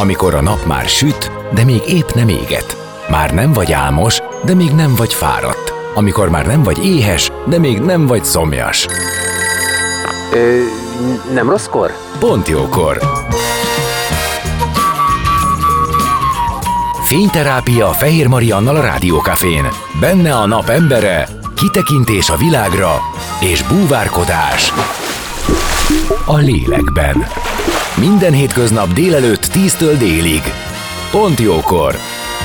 Amikor a nap már süt, de még épp nem éget. Már nem vagy álmos, de még nem vagy fáradt. Amikor már nem vagy éhes, de még nem vagy szomjas. Nem rosszkor? Pont jókor. Fényterápia Fehér Mariannal a Rádiókafén. Benne a nap embere, kitekintés a világra és búvárkodás a lélekben. Minden hétköznap délelőtt 10-től délig. Pont jókor.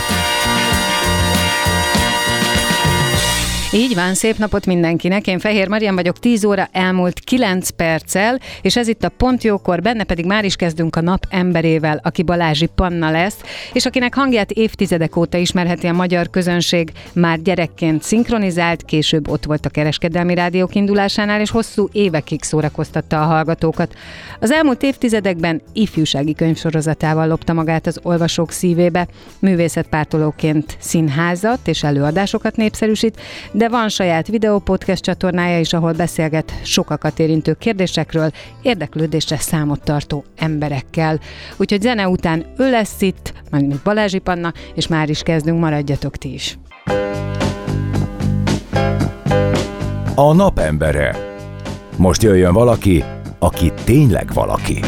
Így van, szép napot mindenkinek. Én Fehér Marian vagyok, 10 óra elmúlt 9 perccel, és ez itt a Pont jókor, benne pedig már is kezdünk a nap emberével, aki Balázsi Panna lesz, és akinek hangját évtizedek óta ismerheti a magyar közönség, már gyerekként szinkronizált, később ott volt a kereskedelmi rádiók indulásánál, és hosszú évekig szórakoztatta a hallgatókat. Az elmúlt évtizedekben ifjúsági könyvsorozatával lopta magát az olvasók szívébe, művészetpártolóként színházat és előadásokat népszerűsít, de van saját videópodcast csatornája is, ahol beszélget sokakat érintő kérdésekről, érdeklődésre számot tartó emberekkel. Úgyhogy zene után ő lesz itt, mint Balázsi Panna, és már is kezdünk, maradjatok ti is. A nap embere. Most jöjjön valaki, aki tényleg valaki.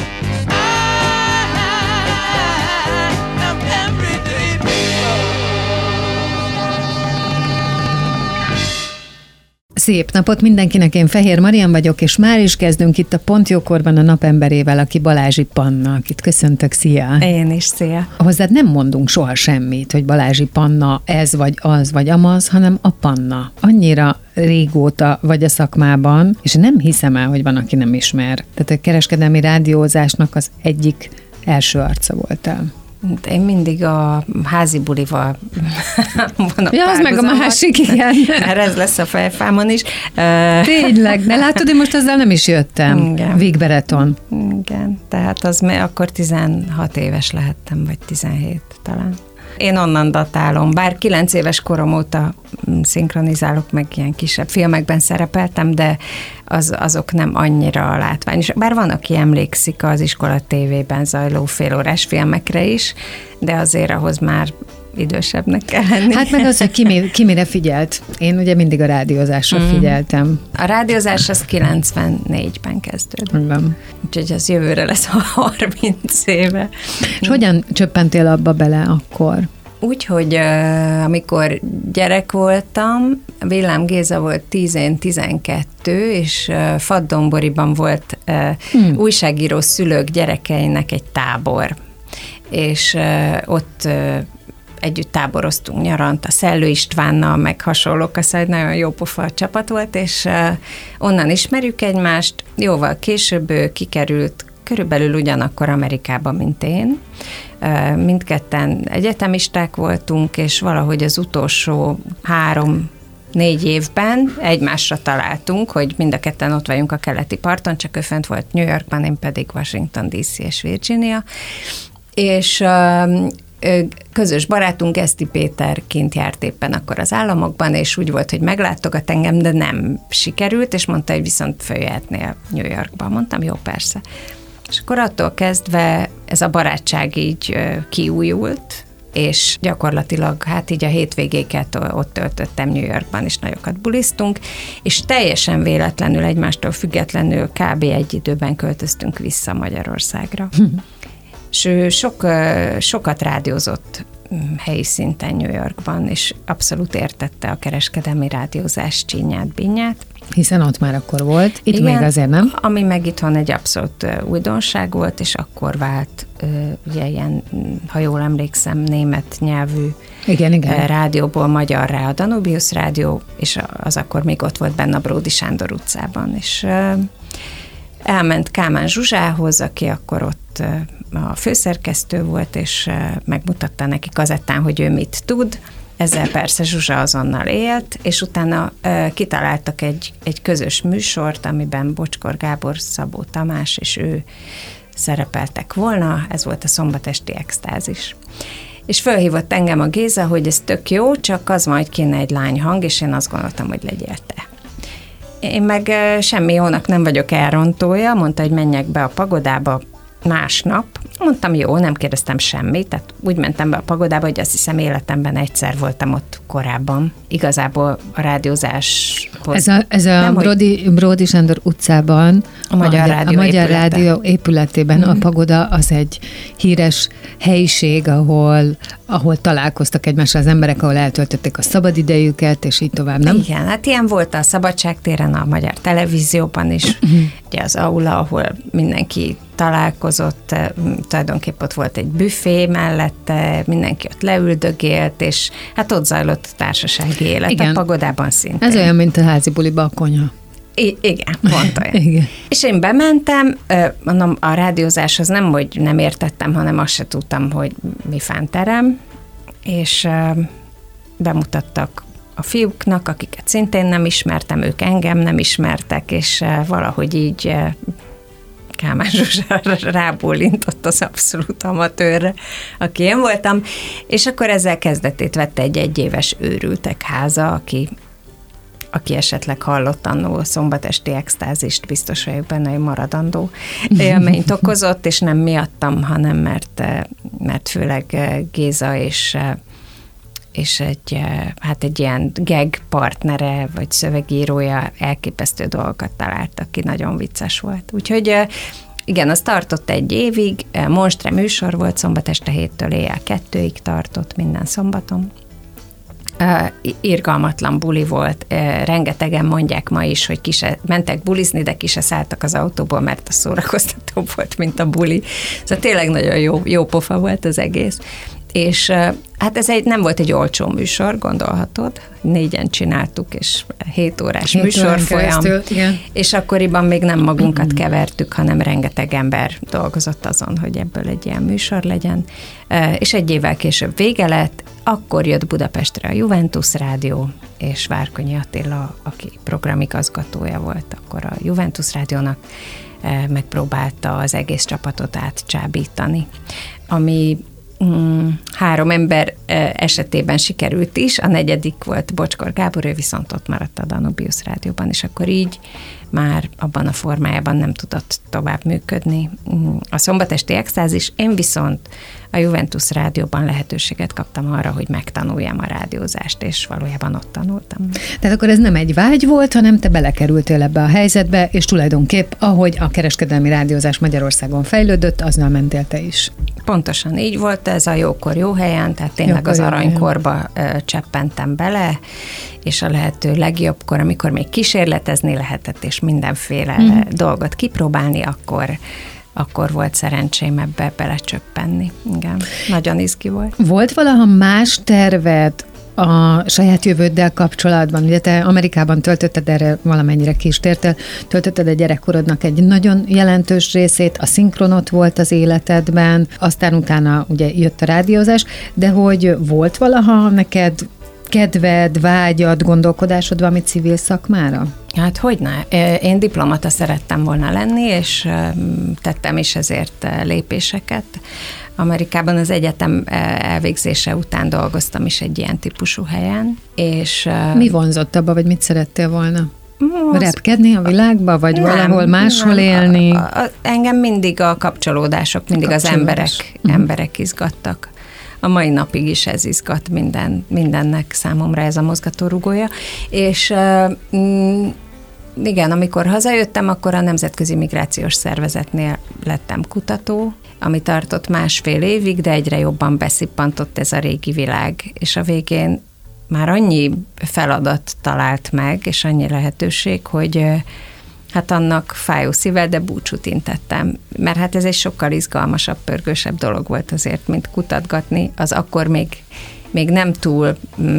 Szép napot mindenkinek, én Fehér Marian vagyok, és már is kezdünk itt a Pont jókorban a napemberével, aki Balázsi Panna, akit köszöntök, szia! Én is, szia! Hozzád nem mondunk soha semmit, hogy Balázsi Panna ez vagy az vagy amaz, hanem a Panna. Annyira régóta vagy a szakmában, és nem hiszem el, hogy van, aki nem ismer. Tehát a kereskedelmi rádiózásnak az egyik első arca voltál. Én mindig a házi bulival van ja, az meg a másik, igen. Mert ez lesz a fejfámon is. Tényleg, de látod, én most azzal nem is jöttem. Igen. Vígbereton. Igen, tehát az akkor 16 éves lehettem, vagy 17 talán. Én onnan datálom, bár 9 éves korom óta szinkronizálok, meg ilyen kisebb filmekben szerepeltem, de azok nem annyira látványos. Bár van, aki emlékszik az iskola tévében zajló félórás filmekre is, de azért ahhoz már idősebbnek kell lenni. Hát meg az, hogy ki mire figyelt. Én ugye mindig a rádiózásra figyeltem. A rádiózás az 94-ben kezdődött. Igen. Úgyhogy az jövőre lesz 30 éve. És hogyan csöppentél abba bele akkor? Úgy, hogy amikor gyerek voltam, Villám Géza volt 10, én 12, és Faddonboriban volt újságíró szülők gyerekeinek egy tábor. És ott együtt táboroztunk nyarant a Szellő Istvánnal, meg hasonlók, az egy nagyon jó pofa csapat volt, és onnan ismerjük egymást. Jóval később ő kikerült körülbelül ugyanakkor Amerikába, mint én. Mindketten egyetemisták voltunk, és valahogy az utolsó 3-4 évben egymásra találtunk, hogy mind a ketten ott vagyunk a keleti parton, csak ő fent volt New Yorkban, én pedig Washington DC és Virginia. És közös barátunk Eszti Péter kint járt éppen akkor az államokban, és úgy volt, hogy meglátogat engem, de nem sikerült, és mondta, hogy viszont följöhetnél New Yorkba. Mondtam, jó, persze. És akkor attól kezdve ez a barátság így kiújult, és gyakorlatilag hát így a hétvégéket ott töltöttem New Yorkban, és nagyokat buliztunk, és teljesen véletlenül, egymástól függetlenül kb. Egy időben költöztünk vissza Magyarországra. És ő sokat rádiózott helyi szinten New Yorkban, és abszolút értette a kereskedelmi rádiózás csínyát, bínyát. Hiszen ott már akkor volt, itt igen, még azért nem. Ami meg itthon egy abszolút újdonság volt, és akkor vált ugye ilyen, ha jól emlékszem, német nyelvű igen. rádióból magyarrá a Danubius rádió, és az akkor még ott volt benne a Bródi Sándor utcában, és elment Kálmán Zsuzsához, aki akkor ott a főszerkesztő volt, és megmutatta neki kazettán, hogy ő mit tud. Ezzel persze Zsuzsa azonnal élt, és utána kitaláltak egy közös műsort, amiben Bocskor Gábor, Szabó Tamás és ő szerepeltek volna, ez volt a Szombatesti Extázis. És fölhívott engem a Géza, hogy ez tök jó, csak az majd kéne egy lányhang, és én azt gondoltam, hogy legyél te. Én meg semmi jónak nem vagyok elrontója, mondta, hogy menjek be a pagodába másnap, Mondtam, jó, nem kérdeztem semmit, tehát úgy mentem be a pagodába, hogy azt hiszem életemben egyszer voltam ott korábban. Igazából a rádiózáshoz... Ez a Bródi Sándor utcában, a Magyar Rádió épületében a pagoda az egy híres helyiség, ahol találkoztak egymással az emberek, ahol eltöltötték a szabadidejüket, és így tovább, nem? Igen, hát ilyen volt a Szabadságtéren, a Magyar Televízióban is, ugye az aula, ahol mindenki találkozott, tulajdonképpen ott volt egy büfé mellette, mindenki ott leüldögélt, és hát ott zajlott a társasági élet. Igen. A pagodában szintén. Ez olyan, mint a házi buliba a konyha. Igen, pont olyan. Igen. És én bementem, mondom, a rádiózáshoz nem, hogy nem értettem, hanem azt se tudtam, hogy mi fánterem, és bemutattak a fiúknak, akiket szintén nem ismertem, ők engem nem ismertek, és valahogy így Kálmán Zsuzsa rábólintott az abszolút amatőrre, aki én voltam, és akkor ezzel kezdetét vette egy egyéves őrültek háza, aki esetleg hallott annó a szombatesti extázist, biztos vagyok benne, hogy maradandó élményt okozott, és nem miattam, hanem mert főleg Géza és egy ilyen gag partnere, vagy szövegírója elképesztő dolgokat talált, aki nagyon vicces volt. Úgyhogy igen, az tartott egy évig, monstre műsor volt, szombat este 7-től éjjel 2-ig tartott minden szombaton. Irgalmatlan buli volt, rengetegen mondják ma is, hogy mentek bulizni, de ki se szálltak az autóból, mert a szórakoztatóbb volt, mint a buli. Szóval tényleg nagyon jó pofa volt az egész. És hát ez nem volt egy olcsó műsor, gondolhatod. 4-en csináltuk, és 7 órás műsorfolyam. És akkoriban még nem magunkat kevertük, hanem rengeteg ember dolgozott azon, hogy ebből egy ilyen műsor legyen. És egy évvel később vége lett, akkor jött Budapestre a Juventus Rádió, és Várkonyi Attila, aki programigazgatója volt akkor a Juventus Rádiónak, megpróbálta az egész csapatot átcsábítani, ami 3 ember esetében sikerült is, a 4. volt Bocskor Gábor, ő viszont ott maradt a Danubius Rádióban, és akkor így már abban a formájában nem tudott tovább működni a szombatesti extázis. Én viszont a Juventus Rádióban lehetőséget kaptam arra, hogy megtanuljam a rádiózást, és valójában ott tanultam. Tehát akkor ez nem egy vágy volt, hanem te belekerültél ebbe a helyzetbe, és tulajdonképp, ahogy a kereskedelmi rádiózás Magyarországon fejlődött, aznal mentél te is. Pontosan így volt, ez a jókor jó helyen, tehát tényleg az aranykorba cseppentem bele, és a lehető legjobbkor, amikor még kísérletezni lehetett, és mindenféle dolgot kipróbálni, akkor volt szerencsém ebbe belecsöppenni. Igen, nagyon izgi volt. Volt valaha más terved a saját jövőddel kapcsolatban? Ugye te Amerikában töltötted, erre valamennyire ki is tértél, töltötted a gyerekkorodnak egy nagyon jelentős részét, a szinkronot volt az életedben, aztán utána ugye jött a rádiózás, de hogy volt valaha neked kedved, vágyad, gondolkodásod valami civil szakmára? Hát hogyne. Én diplomata szerettem volna lenni, és tettem is ezért lépéseket. Amerikában az egyetem elvégzése után dolgoztam is egy ilyen típusú helyen. És mi vonzott abba, vagy mit szerettél volna? Repkedni a világba, vagy valahol máshol élni? Engem mindig a kapcsolódások, mindig az emberek izgattak. A mai napig is ez izgat mindennek számomra, ez a mozgatórugója. És igen, amikor hazajöttem, akkor a Nemzetközi Migrációs Szervezetnél lettem kutató, ami tartott 1,5 évig, de egyre jobban beszippantott ez a régi világ, és a végén már annyi feladat talált meg, és annyi lehetőség, hogy hát annak fájó szívvel, de búcsút intettem, mert hát ez egy sokkal izgalmasabb, pörgősebb dolog volt azért, mint kutatgatni, az akkor még nem túl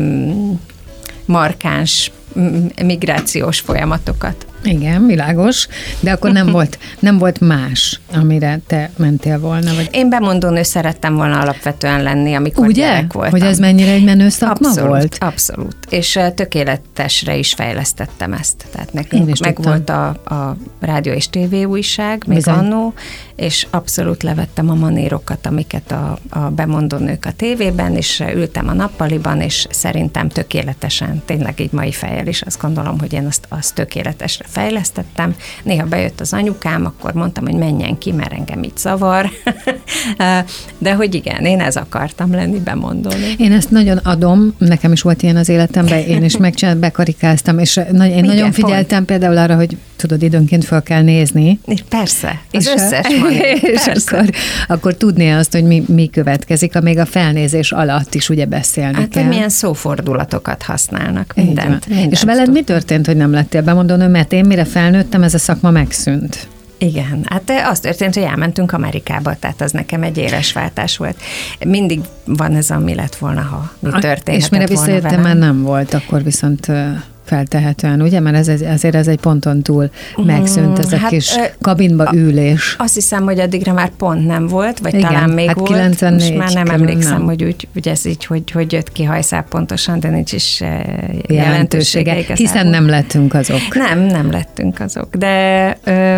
markáns migrációs folyamatokat. Igen, világos, de akkor nem volt más, amire te mentél volna? Vagy... Én bemondónő szerettem volna alapvetően lenni, amikor gyerek voltam. Hogy ez mennyire egy menő szakma volt? Abszolút, és tökéletesre is fejlesztettem ezt. Tehát nekünk meg volt a rádió és tévé újság, még annó, és abszolút levettem a manérokat, amiket a bemondónők a tévében, és ültem a nappaliban, és szerintem tökéletesen, tényleg így mai fejjel is azt gondolom, hogy én azt tökéletesre fejlesztettem. Néha bejött az anyukám, akkor mondtam, hogy menjen ki, mert engem így zavar. De hogy igen, én ez akartam lenni bemondónő. Én ezt nagyon adom, nekem is volt ilyen az életemben, én is bekarikáztam, és én nagyon figyeltem például arra, hogy tudod, időnként fel kell nézni. Persze, az összes manér, és akkor tudni azt, hogy mi következik, még a felnézés alatt is ugye beszélni kell. Milyen szófordulatokat használnak, mindent és veled tudtam. Mi történt, hogy nem lettél bemondónő, mert én mire felnőttem, ez a szakma megszűnt? Igen, hát az történt, hogy elmentünk Amerikába, tehát az nekem egy éles váltás volt. Mindig van ez, ami lett volna, ha mi történhetett. És mire visszajöttem, már nem volt, akkor viszont feltehetően, ugye? Mert azért ez egy ponton túl megszűnt, ez a kis kabinba ülés. Azt hiszem, hogy addigra már pont nem volt, vagy igen, talán még hát volt. 94 most már nem emlékszem, nem. hogy ez így, hogy jött ki hajszál pontosan, de nincs is jelentősége. Hiszen nem lettünk azok. Nem lettünk azok, de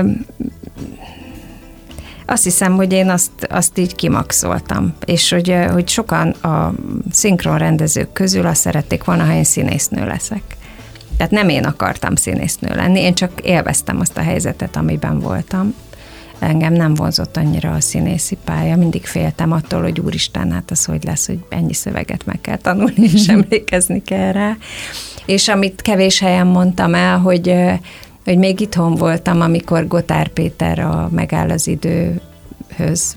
azt hiszem, hogy én azt így kimaxoltam, és hogy sokan a szinkronrendezők közül azt szerették volna, ha én színésznő leszek. Tehát nem én akartam színésznő lenni, én csak élveztem azt a helyzetet, amiben voltam. Engem nem vonzott annyira a színészi pálya, mindig féltem attól, hogy úristen, hát az hogy lesz, hogy ennyi szöveget meg kell tanulni, és emlékezni kell rá. És amit kevés helyen mondtam el, hogy még itthon voltam, amikor Gotár Péter a Megáll az időhöz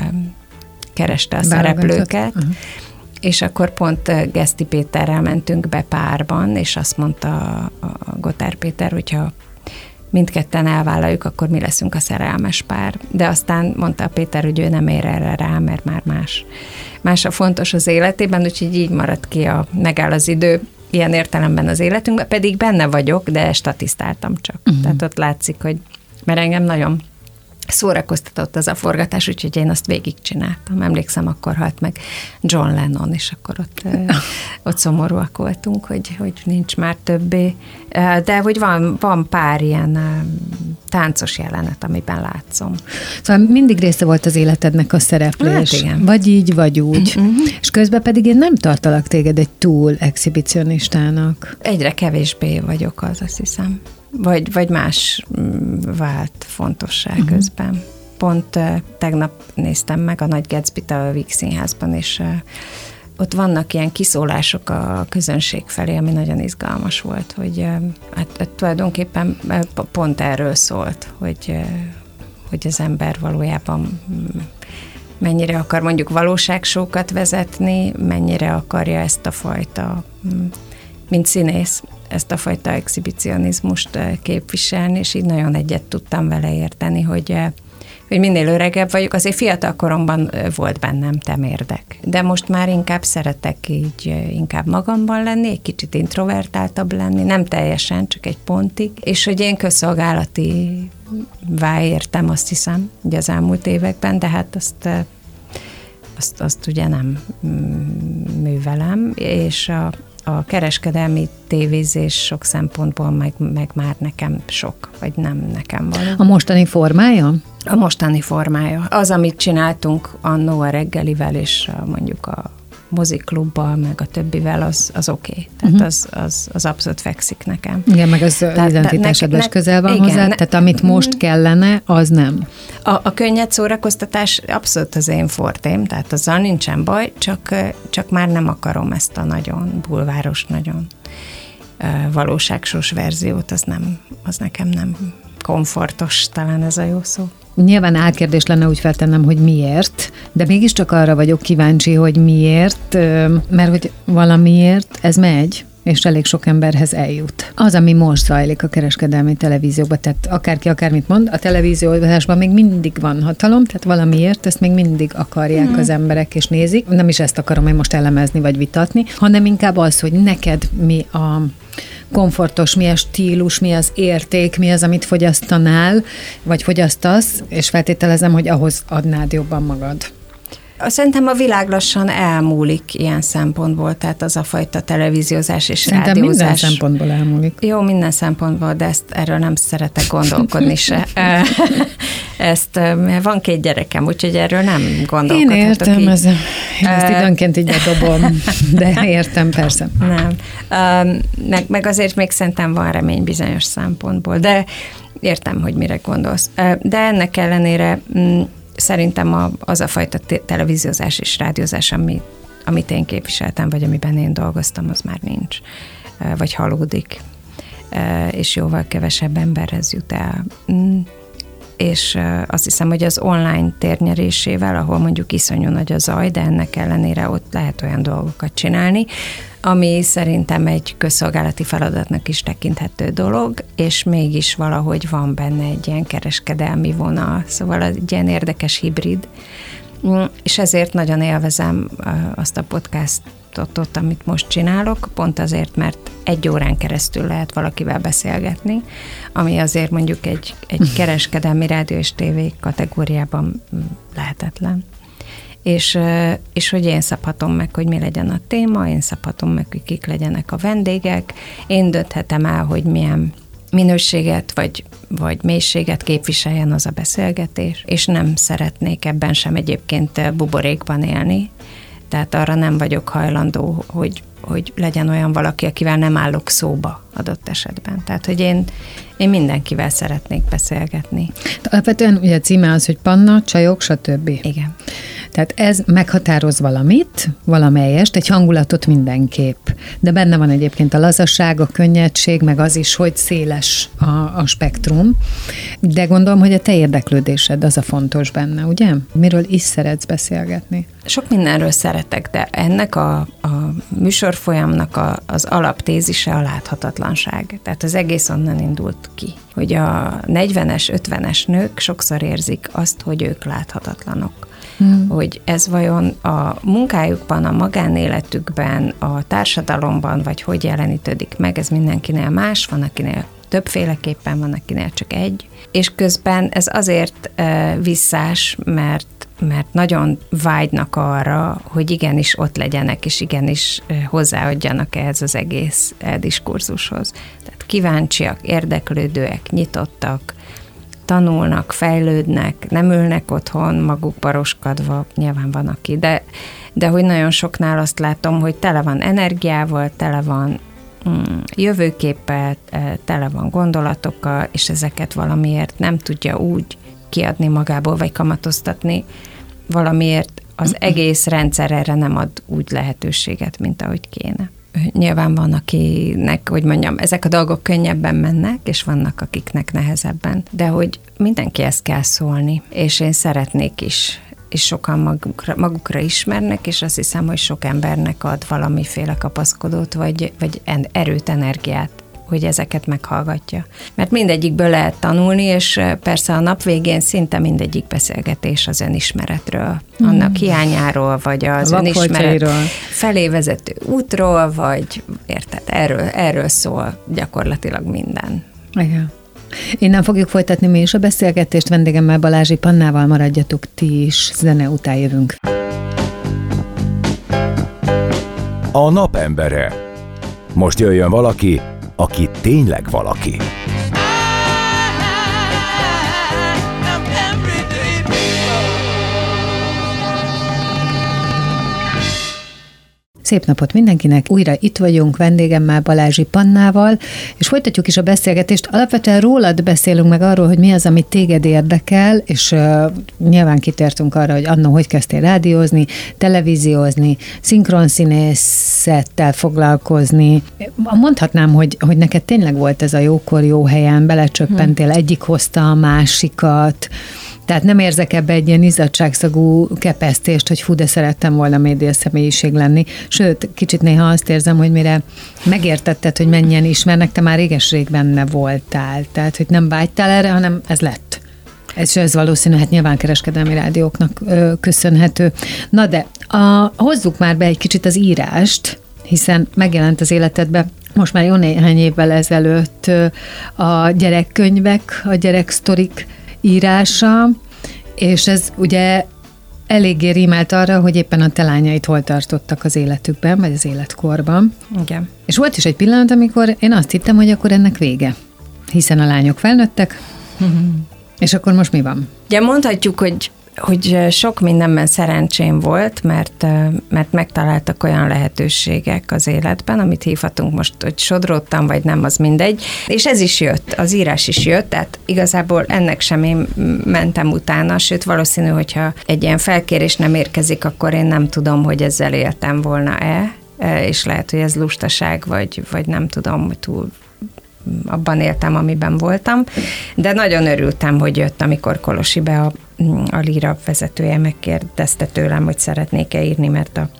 kereste a szereplőket, és akkor pont Geszti Péterrel mentünk be párban, és azt mondta a Gotár Péter, hogyha mindketten elvállaljuk, akkor mi leszünk a szerelmes pár. De aztán mondta a Péter, hogy ő nem ér erre rá, mert már más a fontos az életében, úgyhogy így maradt ki a Megáll az idő ilyen értelemben az életünkben, pedig benne vagyok, de statisztáltam csak. Tehát ott látszik, hogy mert engem nagyon szórakoztatott az a forgatás, úgyhogy én azt végigcsináltam. Emlékszem, akkor halt meg John Lennon, és akkor ott szomorúak voltunk, hogy nincs már többé. De hogy van pár ilyen táncos jelenet, amiben látszom. Szóval mindig része volt az életednek a szereplés. Hát igen. Vagy így, vagy úgy. És közben pedig én nem tartalak téged egy túl exhibicionistának. Egyre kevésbé vagyok az, azt hiszem. Vagy más vált fontossá közben. Pont tegnap néztem meg a Nagy Gatsbyt a Víg Színházban, és ott vannak ilyen kiszólások a közönség felé, ami nagyon izgalmas volt, hogy hát tulajdonképpen pont erről szólt, hogy az ember valójában mennyire akar mondjuk valóságsókat vezetni, mennyire akarja ezt a fajta, mint színész, ezt a fajta exhibicionizmust képviselni, és így nagyon egyet tudtam vele érteni, hogy minél öregebb vagyok, azért fiatal koromban volt bennem temérdek. De most már inkább szeretek így inkább magamban lenni, egy kicsit introvertáltabb lenni, nem teljesen, csak egy pontig, és hogy én közszolgálati értem, azt hiszem, ugye az elmúlt években, de hát azt ugye nem művelem, és a kereskedelmi tévézés sok szempontból meg már nekem sok, vagy nem nekem való. A mostani formája? A mostani formája. Az, amit csináltunk annó a reggelivel, és mondjuk a moziklubbal, meg a többivel, az oké. Tehát az abszolút fekszik nekem. Igen, meg az identitásodban is közel van hozzá, tehát amit most kellene, az nem. A könnyed szórakoztatás abszolút az én fortém, tehát azzal nincsen baj, csak már nem akarom ezt a nagyon bulváros, nagyon valóságsós verziót, az nekem nem komfortos, talán ez a jó szó. Nyilván álkérdés lenne úgy feltennem, hogy miért, de mégiscsak arra vagyok kíváncsi, hogy miért, mert hogy valamiért ez megy, és elég sok emberhez eljut. Az, ami most zajlik a kereskedelmi televízióban, tehát akárki akármit mond, a televíziózásban még mindig van hatalom, tehát valamiért ezt még mindig akarják az emberek, és nézik. Nem is ezt akarom én most elemezni, vagy vitatni, hanem inkább az, hogy neked mi a komfortos, mi a stílus, mi az érték, mi az, amit fogyasztanál, vagy fogyasztasz, és feltételezem, hogy ahhoz adnád jobban magad. Szerintem a világ lassan elmúlik ilyen szempontból, tehát az a fajta televíziózás és szerintem rádiózás. Minden szempontból elmúlik. Jó, minden szempontból, de erről nem szeretek gondolkodni se. Van 2 gyerekem, úgyhogy erről nem gondolkodhatok. Én értem, én ezt időnként így bedobom, de értem, persze. Nem. Meg azért még szerintem van remény bizonyos szempontból, de értem, hogy mire gondolsz. De ennek ellenére szerintem az a fajta televíziózás és rádiózás, amit én képviseltem, vagy amiben én dolgoztam, az már nincs, vagy halódik, és jóval kevesebb emberhez jut el. És azt hiszem, hogy az online térnyerésével, ahol mondjuk iszonyú nagy a zaj, de ennek ellenére ott lehet olyan dolgokat csinálni, ami szerintem egy közszolgálati feladatnak is tekinthető dolog, és mégis valahogy van benne egy ilyen kereskedelmi vonal, szóval egy ilyen érdekes hibrid, és ezért nagyon élvezem azt a podcastot, amit most csinálok, pont azért, mert 1 órán keresztül lehet valakivel beszélgetni, ami azért mondjuk egy kereskedelmi rádió és tévé kategóriában lehetetlen. És hogy én szabhatom meg, hogy mi legyen a téma, én szabhatom meg, hogy kik legyenek a vendégek, én dönthetem el, hogy milyen minőséget vagy mélységet képviseljen az a beszélgetés, és nem szeretnék ebben sem egyébként buborékban élni, tehát arra nem vagyok hajlandó, hogy legyen olyan valaki, akivel nem állok szóba adott esetben. Tehát, hogy én mindenkivel szeretnék beszélgetni. Alapvetően ugye a címe az, hogy Panna, csajok, stb. Igen. Tehát ez meghatároz valamit, valamelyest, egy hangulatot mindenképp. De benne van egyébként a lazasság, a könnyedség, meg az is, hogy széles a spektrum. De gondolom, hogy a te érdeklődésed az a fontos benne, ugye? Miről is szeretsz beszélgetni? Sok mindenről szeretek, de ennek a műsorfolyamnak az alaptézise a láthatatlanság. Tehát az egész onnan indult ki, hogy a 40-es, 50-es nők sokszor érzik azt, hogy ők láthatatlanok. Hogy ez vajon a munkájukban, a magánéletükben, a társadalomban, vagy hogy jelenítődik meg, ez mindenkinél más, van akinél többféleképpen, van akinél csak egy. És közben ez azért visszás, mert nagyon vágynak arra, hogy igenis ott legyenek, és igenis hozzáadjanak ehhez az egész diskurzushoz. Tehát kíváncsiak, érdeklődőek, nyitottak, tanulnak, fejlődnek, nem ülnek otthon magukba roskadva, nyilván van aki, de hogy nagyon soknál azt látom, hogy tele van energiával, tele van jövőképpel, tele van gondolatokkal, és ezeket valamiért nem tudja úgy kiadni magából, vagy kamatoztatni, valamiért az egész rendszer erre nem ad úgy lehetőséget, mint ahogy kéne. Nyilván van, akinek, hogy mondjam, ezek a dolgok könnyebben mennek, és vannak, akiknek nehezebben, de hogy mindenkihez kell szólni, és én szeretnék is, és sokan magukra ismernek, és azt hiszem, hogy sok embernek ad valamiféle kapaszkodót, vagy erőt, energiát, hogy ezeket meghallgatja. Mert mindegyikből lehet tanulni, és persze a nap végén szinte mindegyik beszélgetés az önismeretről, annak hiányáról, vagy az önismeret felé vezető útról, vagy érted, erről szól gyakorlatilag minden. Igen. Innen fogjuk folytatni mi is a beszélgetést, vendégemmel Balázsi Pannával, maradjatok ti is, zene után jövünk. A napembere. Most jöjjön valaki, aki tényleg valaki. Szép napot mindenkinek! Újra itt vagyunk vendégemmel, Balázsi Pannával, és folytatjuk is a beszélgetést. Alapvetően rólad beszélünk meg arról, hogy mi az, ami téged érdekel, és nyilván kitértünk arra, hogy annó hogy kezdtél rádiózni, televíziózni, szinkronszínészettel foglalkozni. Mondhatnám, hogy neked tényleg volt ez a jókor, jó helyen, belecsöppentél, egyik hozta a másikat. Tehát nem érzek ebbe egy ilyen izzadságszagú kepesztést, hogy fú, de szerettem volna média személyiség lenni. Sőt, kicsit néha azt érzem, hogy mire megértetted, hogy mennyien ismernek, te már réges-rég benne voltál. Tehát, hogy nem vágytál erre, hanem ez lett. Ez valószínű, hát nyilván kereskedelmi rádióknak köszönhető. Na de, hozzuk már be egy kicsit az írást, hiszen megjelent az életedbe most már jó néhány évvel ezelőtt a gyerekkönyvek, a gyereksztorik írása, és ez ugye eléggé rímelt arra, hogy éppen a te lányait hol tartottak az életükben, vagy az életkorban. Igen. És volt is egy pillanat, amikor én azt hittem, hogy akkor ennek vége. Hiszen a lányok felnőttek, és akkor most mi van? Ugye mondhatjuk, hogy sok mindenben szerencsém volt, mert megtaláltak olyan lehetőségek az életben, amit hívhatunk most, hogy sodródtam, vagy nem, az mindegy. És ez is jött, az írás is jött, tehát igazából ennek sem én mentem utána, sőt valószínű, hogyha egy ilyen felkérés nem érkezik, akkor én nem tudom, hogy ezzel éltem volna-e, és lehet, hogy ez lustaság, vagy nem tudom, hogy túl abban éltem, amiben voltam, de nagyon örültem, hogy jött, amikor Kolosibe a Líra vezetője megkérdezte tőlem, hogy szeretnék-e írni, mert a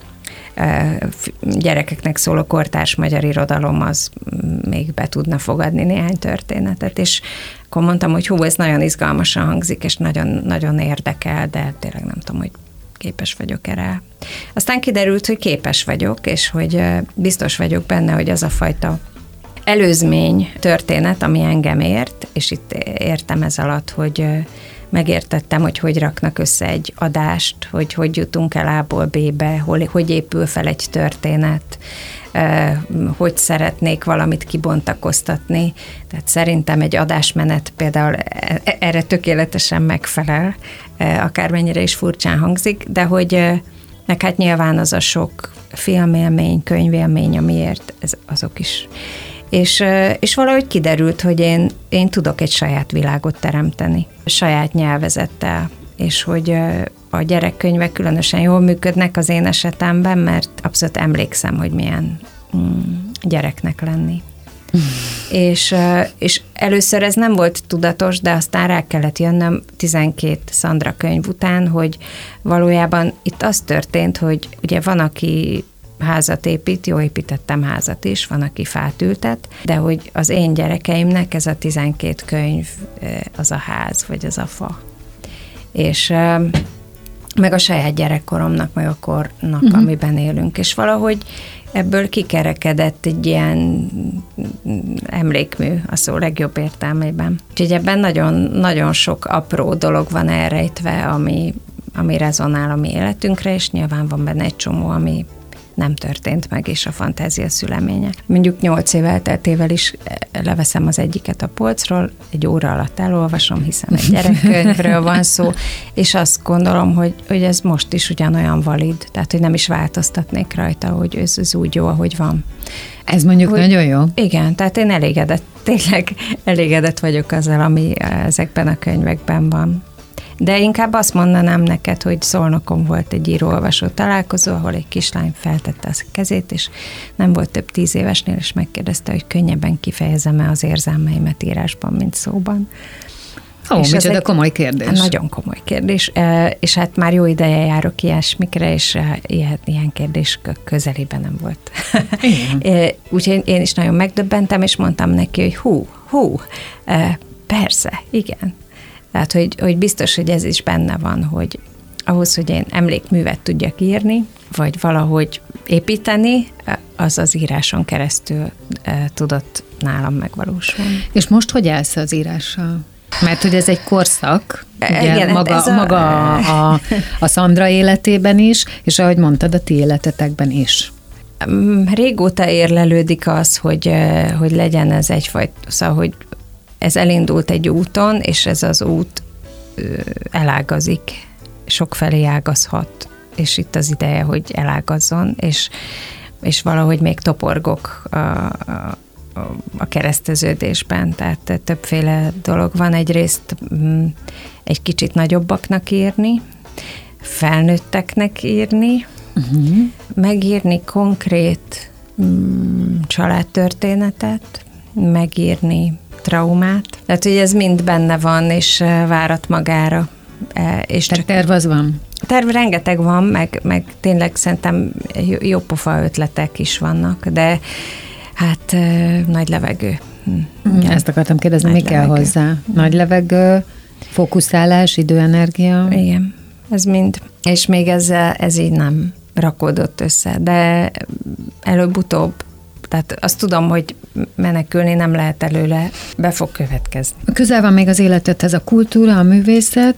gyerekeknek szóló kortárs magyar irodalom az még be tudna fogadni néhány történetet, és akkor mondtam, hogy ez nagyon izgalmasan hangzik, és nagyon, nagyon érdekel, de tényleg nem tudom, hogy képes vagyok erre. Aztán kiderült, hogy képes vagyok, és hogy biztos vagyok benne, hogy az a fajta előzmény történet, ami engem ért, és itt értem ez alatt, hogy megértettem, hogy raknak össze egy adást, hogy jutunk el A-ból B-be, hogy épül fel egy történet, hogy szeretnék valamit kibontakoztatni. Tehát szerintem egy adásmenet például erre tökéletesen megfelel, akármennyire is furcsán hangzik, de hogy meg hát nyilván az a sok filmélmény, könyvélmény, amiért azok is. És valahogy kiderült, hogy én tudok egy saját világot teremteni, saját nyelvezettel, és hogy a gyerekkönyvek különösen jól működnek az én esetemben, mert abszolút emlékszem, hogy milyen gyereknek lenni. És először ez nem volt tudatos, de aztán rá kellett jönnöm 12 Szandra könyv után, hogy valójában itt az történt, hogy ugye van, aki házat épít, jó, építettem házat is, van, aki fát ültet, de hogy az én gyerekeimnek ez a 12 könyv az a ház, vagy az a fa. És meg a saját gyerekkoromnak, meg a kornak, amiben élünk. És valahogy ebből kikerekedett egy ilyen emlékmű a szó legjobb értelmében. Úgyhogy ebben nagyon, nagyon sok apró dolog van elrejtve, ami rezonál a mi életünkre, és nyilván van benne egy csomó, ami nem történt meg, és a fantázia szüleménye. Mondjuk 8 év elteltével is leveszem az egyiket a polcról, egy óra alatt elolvasom, hiszen egy gyerekkönyvről van szó, és azt gondolom, hogy ez most is ugyanolyan valid, tehát hogy nem is változtatnék rajta, hogy ez úgy jó, ahogy van. Ez mondjuk nagyon jó. Igen, tehát én tényleg elégedett vagyok azzal, ami ezekben a könyvekben van. De inkább azt mondanám neked, hogy Szolnokon volt egy író-olvasó találkozó, ahol egy kislány feltette a kezét, és nem volt több 10 évesnél, és megkérdezte, hogy könnyebben kifejezem-e az érzelmeimet írásban, mint szóban. Micsoda komoly kérdés. Nagyon komoly kérdés, és hát már jó ideje járok ilyesmikre, és ilyen kérdés közelében nem volt. Úgyhogy én is nagyon megdöbbentem, és mondtam neki, hogy persze, igen. Tehát, hogy biztos, hogy ez is benne van, hogy ahhoz, hogy én emlékművet tudjak írni, vagy valahogy építeni, az íráson keresztül tudott nálam megvalósulni. És most hogy állsz az írással? Mert hogy ez egy korszak, ugye, igen, maga a Szandra életében is, és ahogy mondtad, a ti életetekben is. Régóta érlelődik az, hogy legyen ez egyfajta, szóval, hogy ez elindult egy úton, és ez az út elágazik, sokfelé ágazhat, és itt az ideje, hogy elágazzon, és valahogy még toporgok a kereszteződésben, tehát többféle dolog van. Egyrészt egy kicsit nagyobbaknak írni, felnőtteknek írni, megírni konkrét családtörténetet, megírni traumát. Tehát, hogy ez mind benne van, és várat magára. És csak terv az van? Terv rengeteg van, meg tényleg szerintem jó pofa ötletek is vannak, de hát nagy levegő. Ezt akartam kérdezni, mi kell hozzá? Nagy levegő, fókuszálás, időenergia? Igen, ez mind. És még ez így nem rakódott össze, de előbb-utóbb, tehát azt tudom, hogy menekülni nem lehet előle, be fog következni. Közel van még az életedhez a kultúra, a művészet,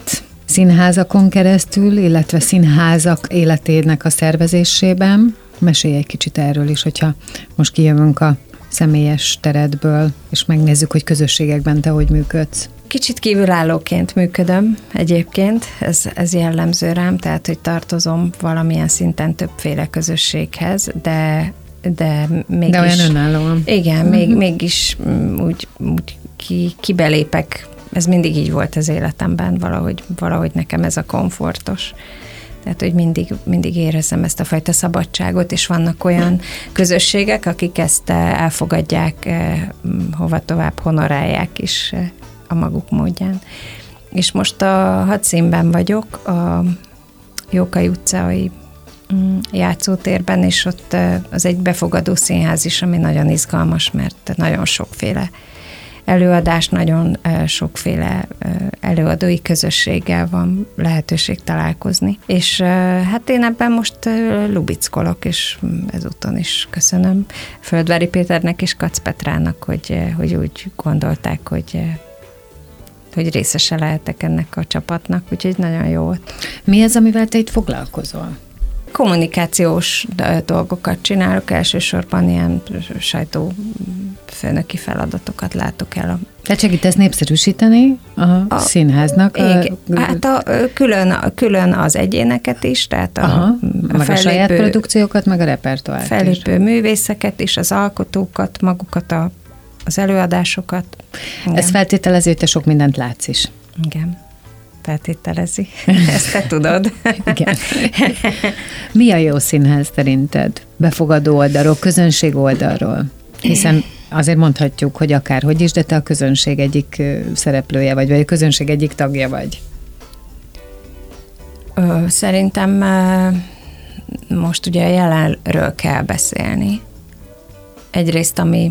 színházakon keresztül, illetve színházak életének a szervezésében. Mesélj egy kicsit erről is, hogyha most kijövünk a személyes teredből, és megnézzük, hogy közösségekben te hogy működsz. Kicsit kívülállóként működöm egyébként, ez jellemző rám, tehát, hogy tartozom valamilyen szinten többféle közösséghez, de mégis... De olyan önállóan. Igen, mégis úgy kibelépek, ez mindig így volt az életemben, valahogy nekem ez a komfortos. Tehát, hogy mindig érezzem ezt a fajta szabadságot, és vannak olyan közösségek, akik ezt elfogadják, hova tovább honorálják is a maguk módján. És most a Hadszínben vagyok, a Jókai utcai játszótérben, és ott az egy befogadó színház is, ami nagyon izgalmas, mert nagyon sokféle előadás, nagyon sokféle előadói közösséggel van lehetőség találkozni. És hát én ebben most lubickolok, és ezúton is köszönöm Földvári Péternek és Kac Petrának, hogy úgy gondolták, hogy részese lehetek ennek a csapatnak, úgyhogy nagyon jó volt. Mi az, amivel te itt foglalkozol? Kommunikációs dolgokat csinálok, elsősorban ilyen sajtófőnöki feladatokat látok el. Tehát segítesz népszerűsíteni a színháznak? Igen, hát külön az egyéneket is, tehát meg a saját produkciókat, meg a repertoárt fellépő művészeket is, az alkotókat, magukat az előadásokat. Igen. Ez feltételező, hogy te sok mindent látsz is. Igen. Feltételezi. Ezt te tudod. Igen. Mi a jó színház szerinted? Befogadó oldalról, közönség oldalról? Hiszen azért mondhatjuk, hogy akárhogy is, de te a közönség egyik szereplője vagy a közönség egyik tagja vagy. Szerintem most ugye a jelenről kell beszélni. Egyrészt, ami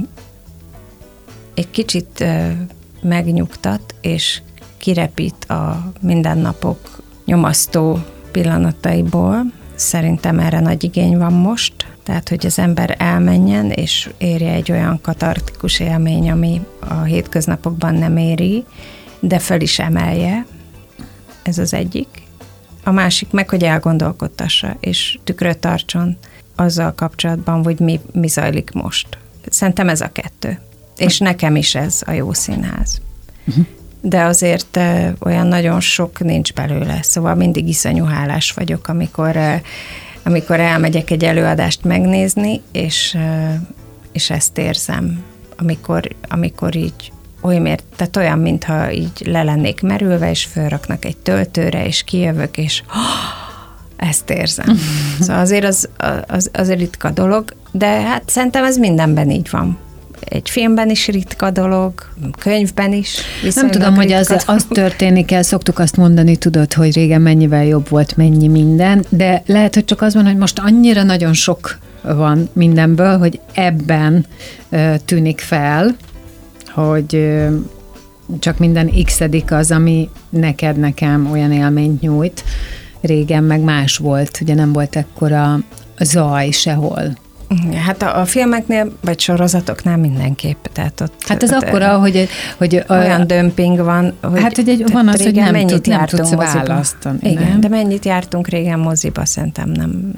egy kicsit megnyugtat, és kirepít a mindennapok nyomasztó pillanataiból. Szerintem erre nagy igény van most, tehát, hogy az ember elmenjen, és érje egy olyan katartikus élmény, ami a hétköznapokban nem éri, de föl is emelje. Ez az egyik. A másik meg, hogy elgondolkodtassa, és tükröt tartson azzal kapcsolatban, hogy mi zajlik most. Szerintem ez a kettő. És nekem is ez a jó színház. De azért olyan nagyon sok nincs belőle, szóval mindig iszonyú hálás vagyok, amikor elmegyek egy előadást megnézni, és ezt érzem, amikor így tehát olyan, mintha így le lennék merülve, és fölraknak egy töltőre, és kijövök, és ezt érzem. Szóval azért az ritka dolog, de hát szerintem ez mindenben így van. Egy filmben is ritka dolog, könyvben is. Nem tudom, hogy az történik el, szoktuk azt mondani, tudod, hogy régen mennyivel jobb volt, mennyi minden, de lehet, hogy csak az van, hogy most annyira nagyon sok van mindenből, hogy ebben tűnik fel, hogy csak minden x-edik az, ami nekem olyan élményt nyújt. Régen meg más volt, ugye nem volt ekkora zaj sehol. Hát a filmeknél, vagy sorozatoknál mindenképp. Tehát ott, hát ez akkora, hogy olyan dömping van, hogy hát, hogy van az, hogy nem tudsz választani. Igen, nem? De mennyit jártunk régen moziba, szerintem nem.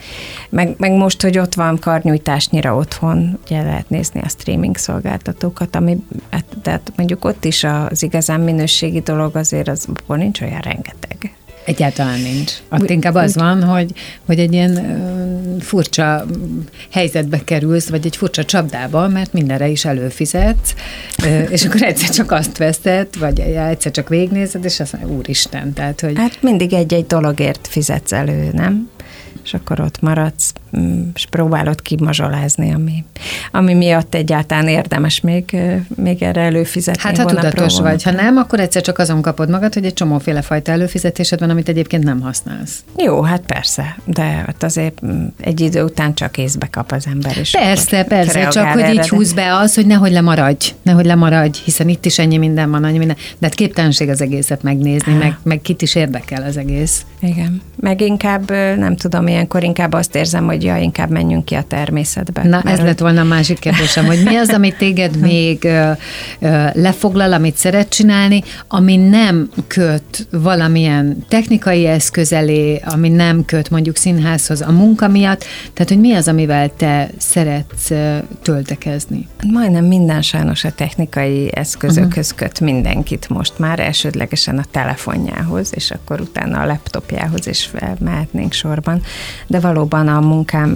Meg most, hogy ott van karnyújtásnyira otthon, ugye lehet nézni a streaming szolgáltatókat, de mondjuk ott is az igazán minőségi dolog azért abból nincs olyan rengeteg. Egyáltalán nincs. Ott inkább az van, hogy egy ilyen furcsa helyzetbe kerülsz, vagy egy furcsa csapdába, mert mindenre is előfizetsz, és akkor egyszer csak azt veszed, vagy egyszer csak végignézed, és azt mondja, úristen, tehát, hogy... Hát mindig egy dologért fizetsz elő, nem? És akkor ott maradsz, és próbálod kimazsolázni, ami miatt egyáltalán érdemes még erre előfizetni. Hát ha tudatos vagy, ha nem, akkor egyszer csak azon kapod magad, hogy egy csomóféle fajta előfizetésed van, amit egyébként nem használsz. Jó, hát persze, de hát azért egy idő után csak észbe kap az ember is. Persze, csak hogy így húz be az, hogy nehogy lemaradj, hiszen itt is ennyi minden van, de hát képtelenség az egészet megnézni, meg kit is érdekel az egész. Igen, meg inkább nem tudom, ilyenkor inkább azt érzem, hogy inkább menjünk ki a természetbe. Na, ez lett volna a másik kérdésem, hogy mi az, ami téged még lefoglal, amit szeret csinálni, ami nem köt valamilyen technikai eszköz elé, ami nem köt mondjuk színházhoz a munka miatt, tehát hogy mi az, amivel te szeretsz töltekezni? Majdnem minden sajnos a technikai eszközökhöz köt mindenkit most már, elsődlegesen a telefonjához, és akkor utána a laptopjához is mehetnénk sorban, de valóban a munkám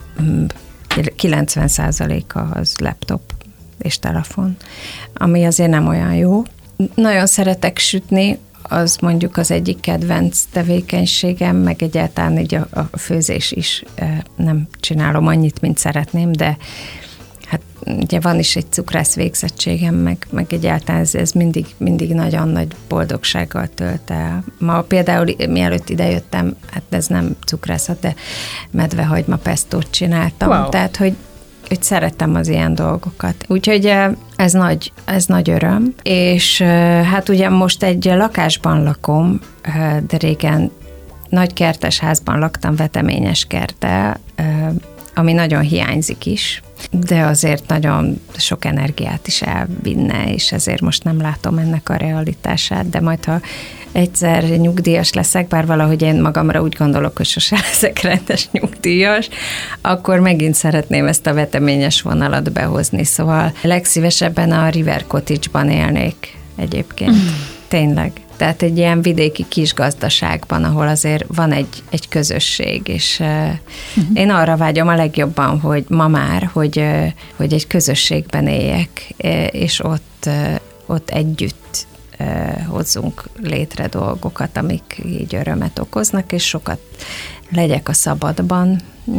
90%-a az laptop és telefon, ami azért nem olyan jó. Nagyon szeretek sütni, az mondjuk az egyik kedvenc tevékenységem, meg egyáltalán így a főzés is nem csinálom annyit, mint szeretném, de hát ugye van is egy cukrász végzettségem, meg egyáltalán ez mindig nagyon nagy boldogsággal tölt el. Ma például, mielőtt idejöttem, hát ez nem cukrászat, de medvehagyma pestót csináltam, wow. Tehát, hogy szerettem az ilyen dolgokat. Úgyhogy ez nagy öröm, és hát ugye most egy lakásban lakom, de régen nagy kertes házban laktam veteményes kerttel, ami nagyon hiányzik is, de azért nagyon sok energiát is elvinne, és ezért most nem látom ennek a realitását, de majd, ha egyszer nyugdíjas leszek, bár valahogy én magamra úgy gondolok, hogy sose leszek rendes nyugdíjas, akkor megint szeretném ezt a veteményes vonalat behozni, szóval legszívesebben a River Cottage-ban élnék egyébként. Tényleg. Tehát egy ilyen vidéki kis gazdaságban, ahol azért van egy közösség, és én arra vágyom a legjobban, hogy ma már, hogy egy közösségben éljek, és ott együtt hozzunk létre dolgokat, amik így örömet okoznak, és sokat legyek a szabadban,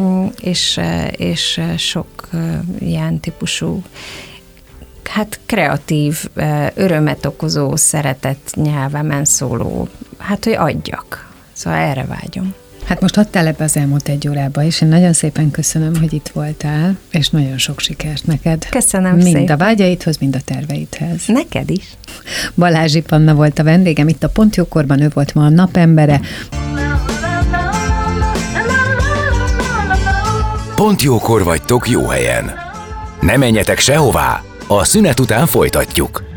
és sok ilyen típusú hát kreatív, örömet okozó, szeretett nyelvemen szóló, hát hogy adjak. Szóval erre vágyom. Hát most adtál ebbe az elmúlt egy órába, és én nagyon szépen köszönöm, hogy itt voltál, és nagyon sok sikert neked. Köszönöm mind szépen. Mind a vágyaidhoz, mind a terveidhez. Neked is. Balázsi Panna volt a vendégem itt a Pont Jókorban, ő volt ma a napembere. Pont jókor vagytok jó helyen. Ne menjetek sehová, a szünet után folytatjuk.